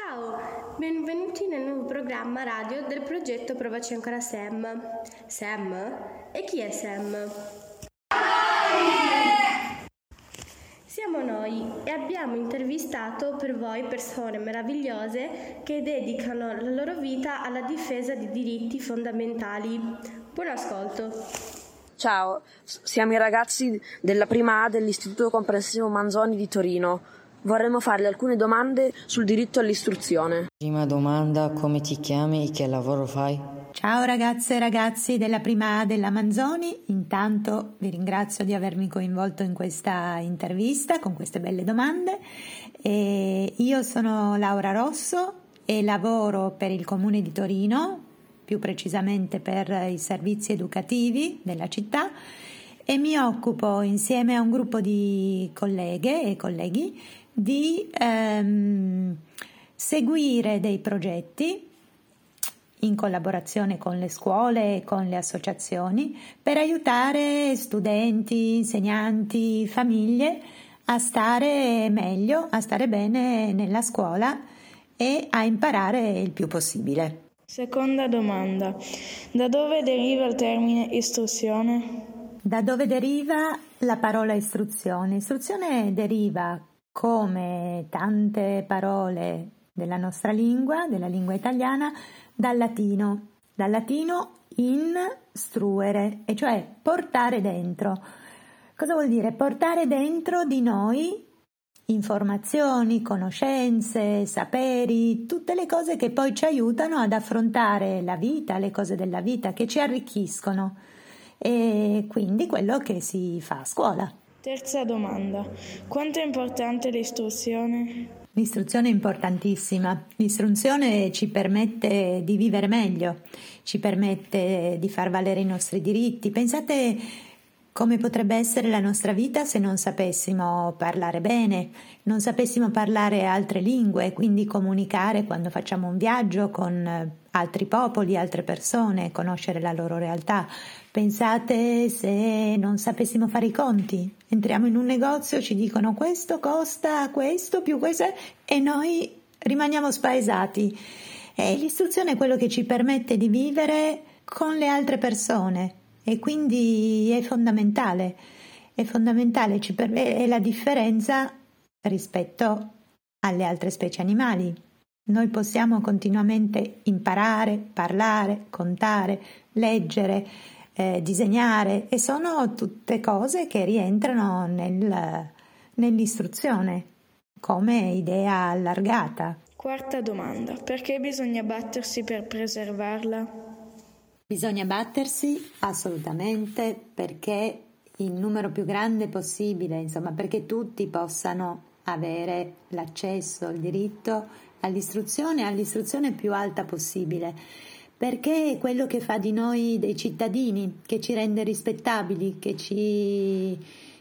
Ciao, benvenuti nel nuovo programma radio del progetto Provaci ancora Sam. Sam? E chi è Sam? Siamo noi e abbiamo intervistato per voi persone meravigliose che dedicano la loro vita alla difesa di diritti fondamentali. Buon ascolto. Ciao, siamo i ragazzi della prima A dell'Istituto Comprensivo Manzoni di Torino. Vorremmo farle alcune domande sul diritto all'istruzione. Prima domanda, come ti chiami e che lavoro fai? Ciao ragazze e ragazzi della prima A della Manzoni, intanto vi ringrazio di avermi coinvolto in questa intervista con queste belle domande. Io sono Laura Rosso e lavoro per il Comune di Torino, più precisamente per i servizi educativi della città, e mi occupo insieme a un gruppo di colleghe e colleghi di seguire dei progetti in collaborazione con le scuole e con le associazioni per aiutare studenti, insegnanti, famiglie a stare meglio, a stare bene nella scuola e a imparare il più possibile. Seconda domanda, da dove deriva il termine istruzione? Da dove deriva la parola istruzione? Istruzione deriva, come tante parole della nostra lingua, della lingua italiana, dal latino instruere, e cioè portare dentro. Cosa vuol dire? Portare dentro di noi informazioni, conoscenze, saperi, tutte le cose che poi ci aiutano ad affrontare la vita, le cose della vita, che ci arricchiscono, e quindi quello che si fa a scuola. Terza domanda, quanto è importante l'istruzione? L'istruzione è importantissima. L'istruzione ci permette di vivere meglio, ci permette di far valere i nostri diritti. Pensate come potrebbe essere la nostra vita se non sapessimo parlare bene, non sapessimo parlare altre lingue, quindi comunicare quando facciamo un viaggio con altri popoli, altre persone, conoscere la loro realtà. Pensate se non sapessimo fare i conti. Entriamo in un negozio, ci dicono questo costa questo più questo e noi rimaniamo spaesati. E l'istruzione è quello che ci permette di vivere con le altre persone e quindi è fondamentale, è la differenza rispetto alle altre specie animali. Noi possiamo continuamente imparare, parlare, contare, leggere, disegnare, e sono tutte cose che rientrano nell'istruzione come idea allargata. Quarta domanda, perché bisogna battersi per preservarla? Bisogna battersi assolutamente perché il numero più grande possibile, insomma, perché tutti possano avere l'accesso, il diritto all'istruzione più alta possibile, perché è quello che fa di noi dei cittadini, che ci rende rispettabili, che ci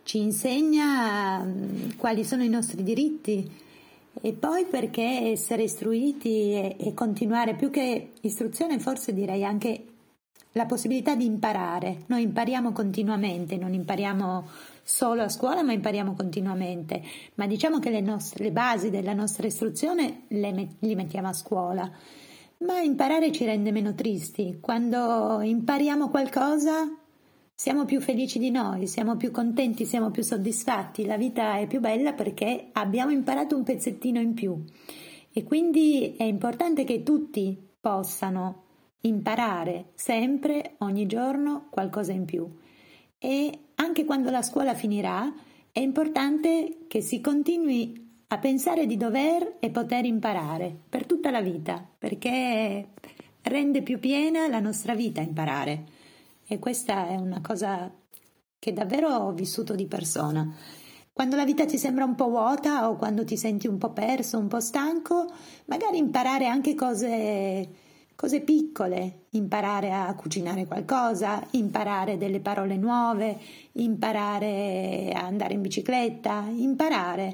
insegna quali sono i nostri diritti, e poi perché essere istruiti e continuare, più che istruzione forse direi anche la possibilità di imparare. Noi impariamo continuamente, non impariamo solo a scuola, ma impariamo continuamente. Ma diciamo che le basi della nostra istruzione li mettiamo a scuola. Ma imparare ci rende meno tristi. Quando impariamo qualcosa siamo più felici di noi, siamo più contenti, siamo più soddisfatti. La vita è più bella perché abbiamo imparato un pezzettino in più. E quindi è importante che tutti possano imparare sempre, ogni giorno, qualcosa in più. E anche quando la scuola finirà è importante che si continui a pensare di dover e poter imparare per tutta la vita, perché rende più piena la nostra vita imparare, e questa è una cosa che davvero ho vissuto di persona. Quando la vita ti sembra un po' vuota o quando ti senti un po' perso, un po' stanco, magari imparare anche cose piccole, imparare a cucinare qualcosa, imparare delle parole nuove, imparare a andare in bicicletta, imparare,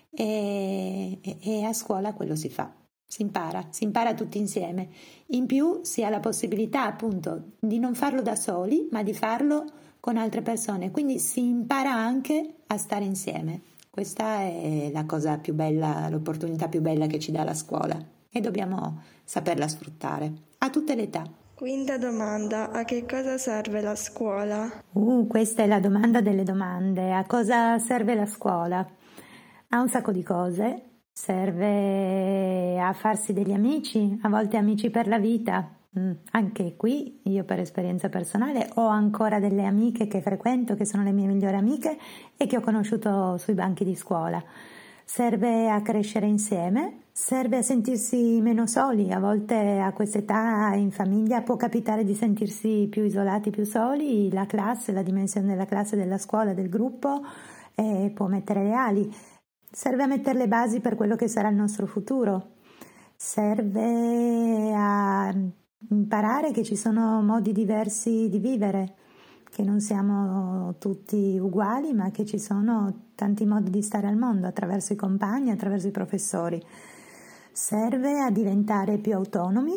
e a scuola quello si fa, si impara tutti insieme. In più si ha la possibilità appunto di non farlo da soli, ma di farlo con altre persone, quindi si impara anche a stare insieme. Questa è la cosa più bella, l'opportunità più bella che ci dà la scuola e dobbiamo saperla sfruttare a tutte le età. Quinta domanda: a che cosa serve la scuola? Questa è la domanda delle domande. A cosa serve la scuola? A un sacco di cose. Serve a farsi degli amici, a volte amici per la vita. Anche qui, io per esperienza personale, ho ancora delle amiche che frequento, che sono le mie migliori amiche e che ho conosciuto sui banchi di scuola. Serve a crescere insieme, serve a sentirsi meno soli. A volte a quest'età in famiglia può capitare di sentirsi più isolati, più soli. La classe, la dimensione della classe, della scuola, del gruppo può mettere le ali. Serve a mettere le basi per quello che sarà il nostro futuro. Serve a imparare che ci sono modi diversi di vivere, che non siamo tutti uguali, ma che ci sono tanti modi di stare al mondo attraverso i compagni, attraverso i professori. Serve a diventare più autonomi,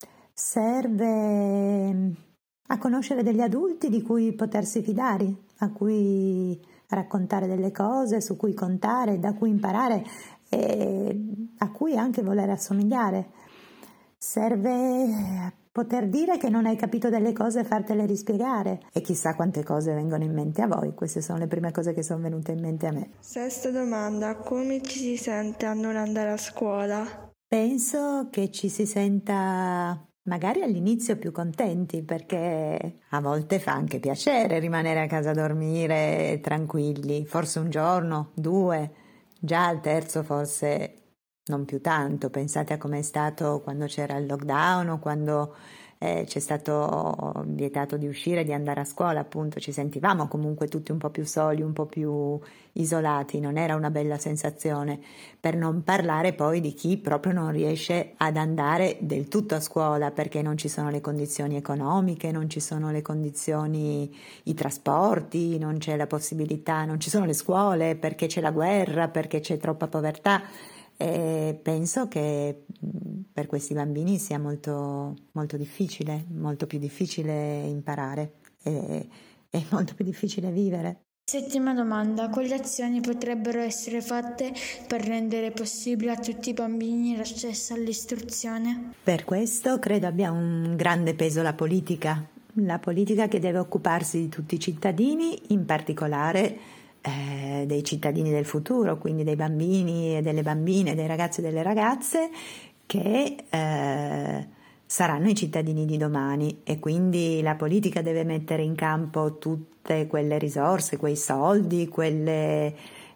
serve a conoscere degli adulti di cui potersi fidare, a cui raccontare delle cose, su cui contare, da cui imparare e a cui anche voler assomigliare. Serve poter dire che non hai capito delle cose e fartele rispiegare. E chissà quante cose vengono in mente a voi. Queste sono le prime cose che sono venute in mente a me. Sesta domanda: come ci si sente a non andare a scuola? Penso che ci si senta magari all'inizio più contenti, perché a volte fa anche piacere rimanere a casa a dormire tranquilli, forse un giorno, 2, già al terzo forse non più tanto. Pensate a com'è stato quando c'era il lockdown o quando c'è stato vietato di uscire, di andare a scuola, appunto ci sentivamo comunque tutti un po' più soli, un po' più isolati, non era una bella sensazione, per non parlare poi di chi proprio non riesce ad andare del tutto a scuola perché non ci sono le condizioni economiche, non ci sono le condizioni, i trasporti, non c'è la possibilità, non ci sono le scuole perché c'è la guerra, perché c'è troppa povertà. E penso che per questi bambini sia molto, molto difficile, molto più difficile imparare e molto più difficile vivere. Settima domanda: quali azioni potrebbero essere fatte per rendere possibile a tutti i bambini l'accesso all'istruzione? Per questo credo abbia un grande peso la politica che deve occuparsi di tutti i cittadini, in particolare dei cittadini del futuro, quindi dei bambini e delle bambine, dei ragazzi e delle ragazze che saranno i cittadini di domani, e quindi la politica deve mettere in campo tutte quelle risorse, quei soldi, quelle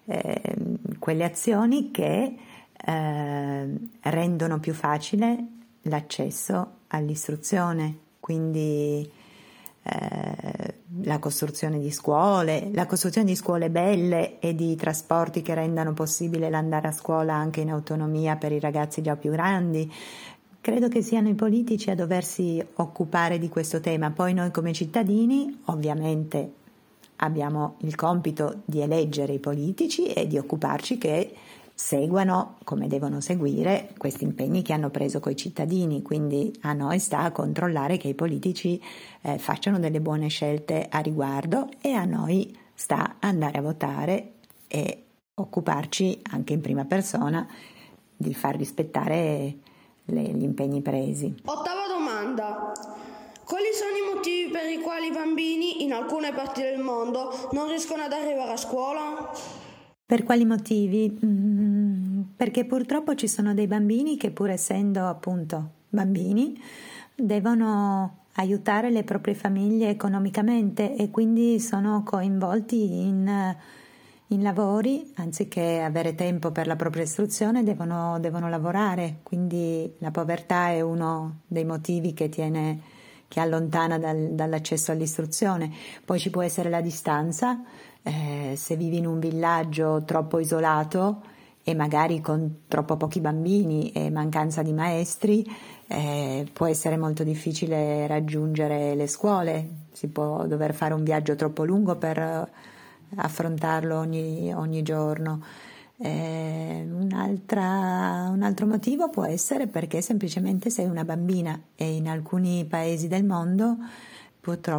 azioni che rendono più facile l'accesso all'istruzione, quindi la costruzione di scuole belle e di trasporti che rendano possibile l'andare a scuola anche in autonomia per i ragazzi già più grandi. Credo che siano i politici a doversi occupare di questo tema. Poi noi come cittadini ovviamente abbiamo il compito di eleggere i politici e di occuparci che seguano come devono seguire questi impegni che hanno preso coi cittadini, quindi a noi sta a controllare che i politici facciano delle buone scelte a riguardo, e a noi sta andare a votare e occuparci anche in prima persona di far rispettare gli impegni presi. Ottava domanda: quali sono i motivi per i quali i bambini in alcune parti del mondo non riescono ad arrivare a scuola? Per quali motivi? Perché purtroppo ci sono dei bambini che, pur essendo appunto bambini, devono aiutare le proprie famiglie economicamente e quindi sono coinvolti in lavori, anziché avere tempo per la propria istruzione devono lavorare, quindi la povertà è uno dei motivi che allontana dall'accesso all'istruzione. Poi ci può essere la distanza, se vivi in un villaggio troppo isolato e magari con troppo pochi bambini e mancanza di maestri, può essere molto difficile raggiungere le scuole, si può dover fare un viaggio troppo lungo per affrontarlo ogni giorno. Un altro motivo può essere perché semplicemente sei una bambina e in alcuni paesi del mondo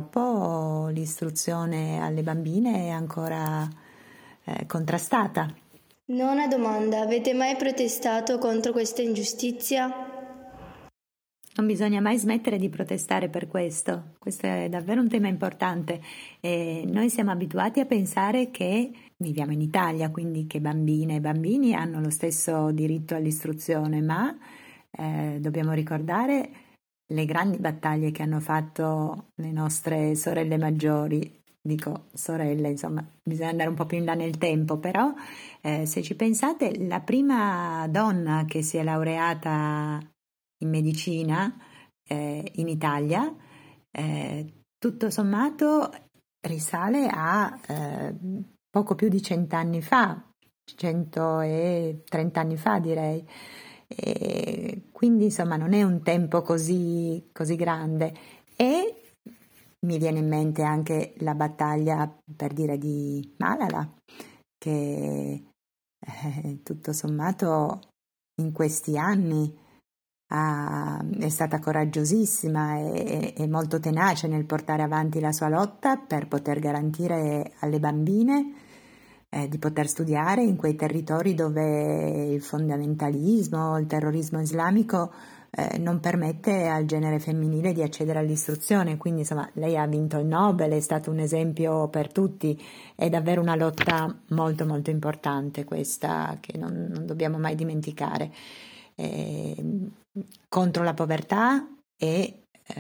purtroppo l'istruzione alle bambine è ancora contrastata, Nona domanda: avete mai protestato contro questa ingiustizia? Non bisogna mai smettere di protestare per questo è davvero un tema importante. Noi siamo abituati a pensare che viviamo in Italia, quindi che bambine e bambini hanno lo stesso diritto all'istruzione, ma dobbiamo ricordare le grandi battaglie che hanno fatto le nostre sorelle maggiori. Dico sorelle, insomma, bisogna andare un po' più in là nel tempo, però se ci pensate, la prima donna che si è laureata in medicina in Italia, tutto sommato risale a poco più di 100 anni fa, 130 anni fa direi. Quindi insomma non è un tempo così grande. E mi viene in mente anche la battaglia, per dire, di Malala, che tutto sommato in questi anni è stata coraggiosissima e molto tenace nel portare avanti la sua lotta per poter garantire alle bambine di poter studiare in quei territori dove il fondamentalismo, il terrorismo islamico non permette al genere femminile di accedere all'istruzione. Quindi insomma lei ha vinto il Nobel, è stato un esempio per tutti, è davvero una lotta molto molto importante questa, che non dobbiamo mai dimenticare, contro la povertà e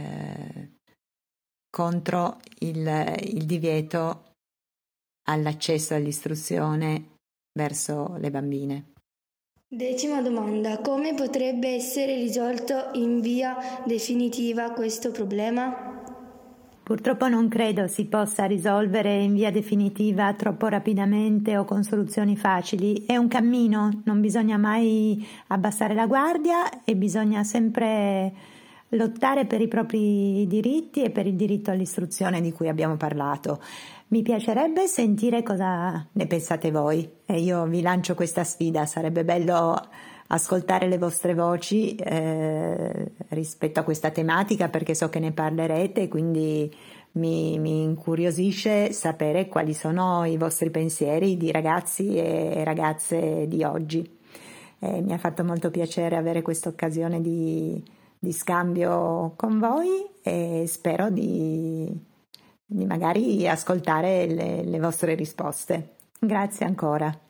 contro il divieto all'accesso all'istruzione verso le bambine. 10ª domanda: come potrebbe essere risolto in via definitiva questo problema? Purtroppo non credo si possa risolvere in via definitiva troppo rapidamente o con soluzioni facili. È un cammino, non bisogna mai abbassare la guardia e bisogna sempre lottare per i propri diritti e per il diritto all'istruzione di cui abbiamo parlato. Mi piacerebbe sentire cosa ne pensate voi e io vi lancio questa sfida. Sarebbe bello ascoltare le vostre voci rispetto a questa tematica, perché so che ne parlerete, quindi mi incuriosisce sapere quali sono i vostri pensieri di ragazzi e ragazze di oggi. Mi ha fatto molto piacere avere questa occasione di scambio con voi e spero di magari ascoltare le vostre risposte. Grazie ancora.